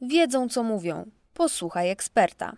wiedzą, co mówią. Posłuchaj eksperta.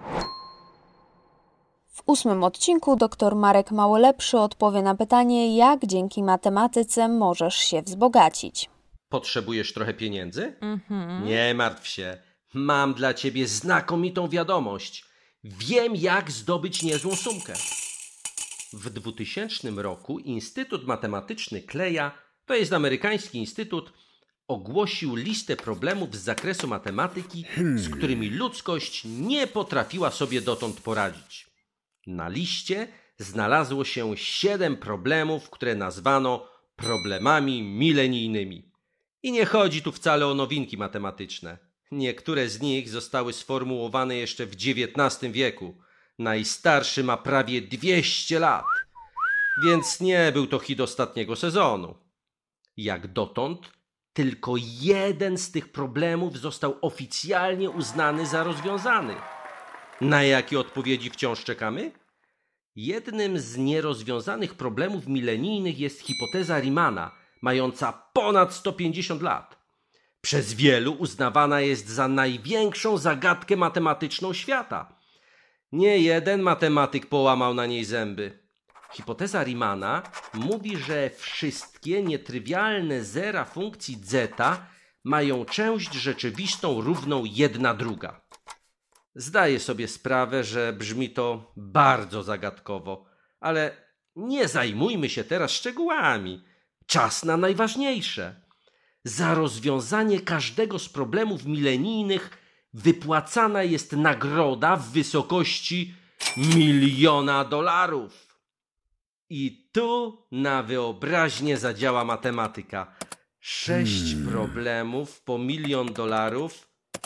W 8. odcinku dr Marek Małolepszy odpowie na pytanie, jak dzięki matematyce możesz się wzbogacić. Potrzebujesz trochę pieniędzy? Nie martw się. Mam dla ciebie znakomitą wiadomość. Wiem, jak zdobyć niezłą sumkę. W 2000 roku Instytut Matematyczny Kleja, to jest amerykański instytut, ogłosił listę problemów z zakresu matematyki, z którymi ludzkość nie potrafiła sobie dotąd poradzić. Na liście znalazło się 7 problemów, które nazwano problemami milenijnymi. I nie chodzi tu wcale o nowinki matematyczne. Niektóre z nich zostały sformułowane jeszcze w XIX wieku. Najstarszy ma prawie 200 lat, więc nie był to hit ostatniego sezonu. Jak dotąd, tylko jeden z tych problemów został oficjalnie uznany za rozwiązany. Na jakie odpowiedzi wciąż czekamy? Jednym z nierozwiązanych problemów milenijnych jest hipoteza Riemanna, mająca ponad 150 lat. Przez wielu uznawana jest za największą zagadkę matematyczną świata. Nie jeden matematyk połamał na niej zęby. Hipoteza Riemanna mówi, że wszystkie nietrywialne zera funkcji zeta mają część rzeczywistą równą 1/2. Zdaję sobie sprawę, że brzmi to bardzo zagadkowo, ale nie zajmujmy się teraz szczegółami. Czas na najważniejsze. Za rozwiązanie każdego z problemów milenijnych wypłacana jest nagroda w wysokości $1 000 000. I tu na wyobraźnię zadziała matematyka. 6 problemów po $1 000 000.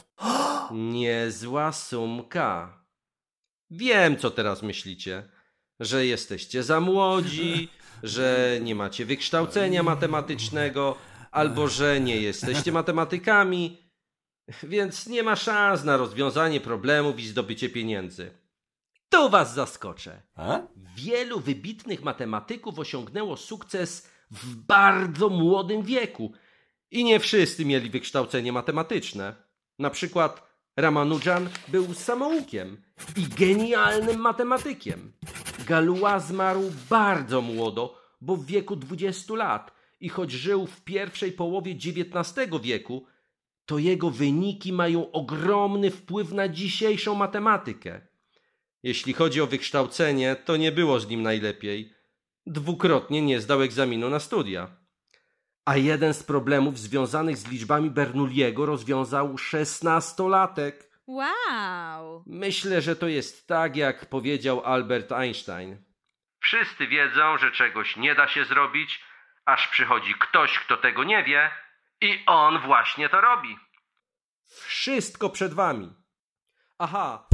Niezła sumka. Wiem, co teraz myślicie. Że jesteście za młodzi, że nie macie wykształcenia matematycznego, albo że nie jesteście matematykami, więc nie ma szans na rozwiązanie problemów i zdobycie pieniędzy. Tu was zaskoczę. Wielu wybitnych matematyków osiągnęło sukces w bardzo młodym wieku i nie wszyscy mieli wykształcenie matematyczne. Na przykład Ramanujan był samoukiem i genialnym matematykiem. Galois zmarł bardzo młodo, bo w wieku 20 lat i choć żył w pierwszej połowie XIX wieku, to jego wyniki mają ogromny wpływ na dzisiejszą matematykę. Jeśli chodzi o wykształcenie, to nie było z nim najlepiej. Dwukrotnie nie zdał egzaminu na studia. A jeden z problemów związanych z liczbami Bernoulliego rozwiązał 16-latek. Wow! Myślę, że to jest tak, jak powiedział Albert Einstein. Wszyscy wiedzą, że czegoś nie da się zrobić, aż przychodzi ktoś, kto tego nie wie i on właśnie to robi. Wszystko przed wami. Aha.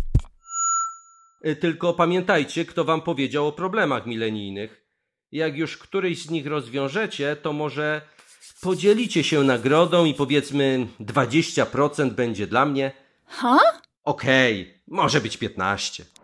Tylko pamiętajcie, kto wam powiedział o problemach milenijnych. Jak już któryś z nich rozwiążecie, to może podzielicie się nagrodą i powiedzmy 20% będzie dla mnie. Ha? Okej, może być 15%.